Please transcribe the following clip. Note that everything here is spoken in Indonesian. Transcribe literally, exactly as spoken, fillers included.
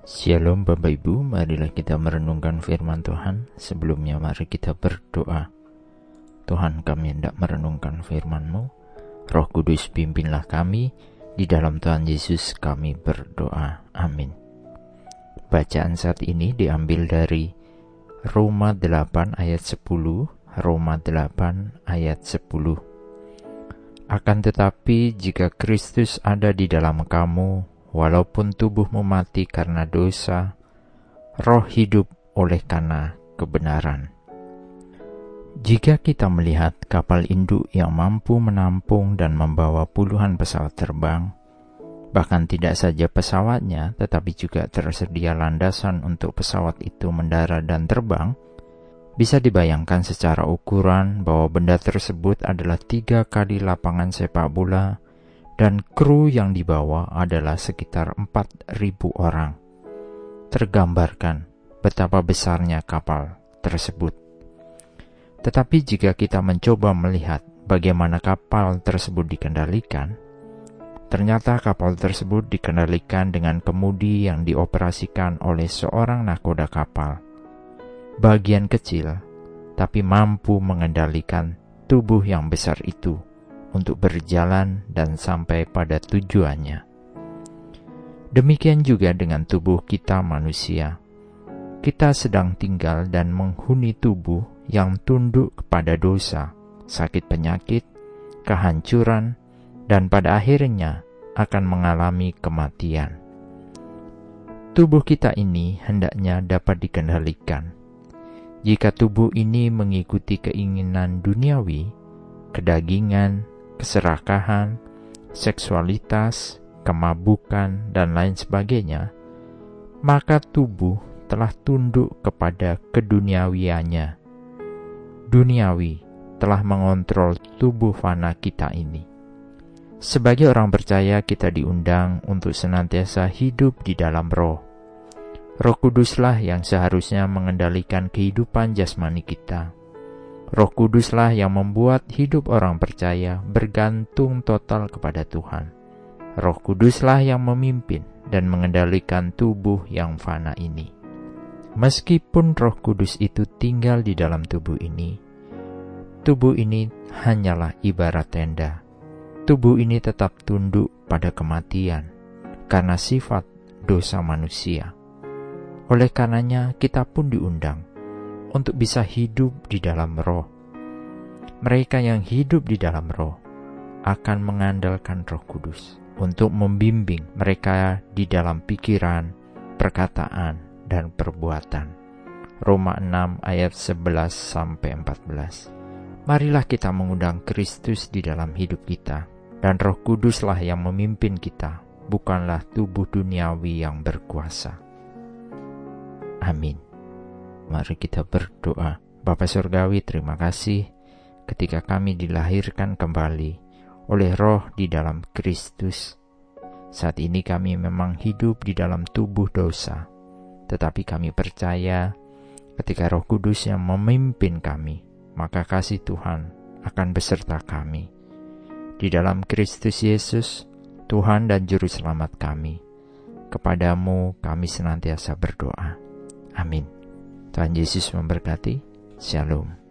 Shalom Bapak Ibu, marilah kita merenungkan firman Tuhan. Sebelumnya mari kita berdoa. Tuhan, kami hendak merenungkan firman-Mu. Roh Kudus pimpinlah kami, di dalam Tuhan Yesus kami berdoa. Amin. Bacaan saat ini diambil dari Roma delapan ayat sepuluh, Roma delapan ayat sepuluh. Akan tetapi jika Kristus ada di dalam kamu, walaupun tubuhmu mati karena dosa, roh hidup oleh karena kebenaran. Jika kita melihat kapal induk yang mampu menampung dan membawa puluhan pesawat terbang, bahkan tidak saja pesawatnya, tetapi juga tersedia landasan untuk pesawat itu mendarat dan terbang, bisa dibayangkan secara ukuran bahwa benda tersebut adalah tiga kali lapangan sepak bola, dan kru yang dibawa adalah sekitar empat ribu orang. Tergambarkan betapa besarnya kapal tersebut. Tetapi jika kita mencoba melihat bagaimana kapal tersebut dikendalikan, ternyata kapal tersebut dikendalikan dengan kemudi yang dioperasikan oleh seorang nahkoda kapal. Bagian kecil, tapi mampu mengendalikan tubuh yang besar itu untuk berjalan dan sampai pada tujuannya. Demikian juga dengan tubuh kita manusia. Kita sedang tinggal dan menghuni tubuh yang tunduk kepada dosa, sakit penyakit, kehancuran, dan pada akhirnya akan mengalami kematian. Tubuh kita ini hendaknya dapat dikendalikan. Jika tubuh ini mengikuti keinginan duniawi, kedagingan, keserakahan, seksualitas, kemabukan, dan lain sebagainya, maka tubuh telah tunduk kepada keduniawiannya. Duniawi telah mengontrol tubuh fana kita ini. Sebagai orang percaya, kita diundang untuk senantiasa hidup di dalam roh. Roh Kuduslah yang seharusnya mengendalikan kehidupan jasmani kita. Roh Kuduslah yang membuat hidup orang percaya bergantung total kepada Tuhan. Roh Kuduslah yang memimpin dan mengendalikan tubuh yang fana ini. Meskipun Roh Kudus itu tinggal di dalam tubuh ini, tubuh ini hanyalah ibarat tenda. Tubuh ini tetap tunduk pada kematian karena sifat dosa manusia. Oleh karenanya kita pun diundang untuk bisa hidup di dalam roh. Mereka yang hidup di dalam roh akan mengandalkan Roh Kudus untuk membimbing mereka di dalam pikiran, perkataan, dan perbuatan. Roma enam ayat sebelas sampai empat belas. Marilah kita mengundang Kristus di dalam hidup kita, dan Roh Kuduslah yang memimpin kita, bukanlah tubuh duniawi yang berkuasa. Amin. Mari kita berdoa. Bapa Surgawi, terima kasih ketika kami dilahirkan kembali oleh roh di dalam Kristus. Saat ini kami memang hidup di dalam tubuh dosa, tetapi kami percaya ketika Roh Kudus yang memimpin kami, maka kasih Tuhan akan beserta kami. Di dalam Kristus Yesus, Tuhan dan Juru Selamat kami, kepadamu kami senantiasa berdoa. Amin. Tuhan Yesus memberkati. Shalom.